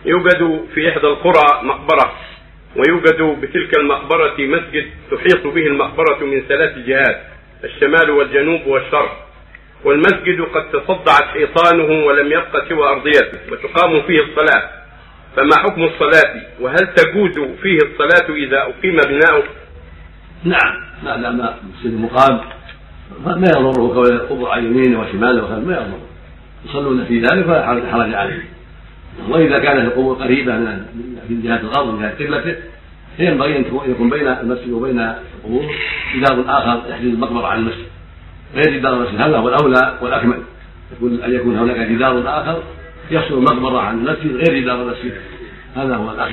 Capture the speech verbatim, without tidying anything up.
يوجد في إحدى القرى مقبرة، ويوجد بتلك المقبرة مسجد تحيط به المقبرة من ثلاث جهات، الشمال والجنوب والشرق، والمسجد قد تصدعت حيطانه ولم يبق سوى أرضيته وتقام فيه الصلاة، فما حكم الصلاة؟ وهل تجوز فيه الصلاة إذا أقيم بناؤه؟ نعم، لا لا ما المسجد المقام ما يضره كون القبور عن يمينه وشماله وخلفه، ما يضره، يصلون في ذلك فلا حرج عليه. وإذا كانت القبور قريبة من جهة الأرض من جهة قبلته فينبغي أن يكون بين المسجد وبين القبور جدار آخر يحجز المقبرة عن المسجد غير جدار المسجد، هذا هو الأولى والأكمل، أن يكون هناك جدار آخر يفصل المقبرة عن المسجد غير جدار المسجد، هذا هو الأكمل.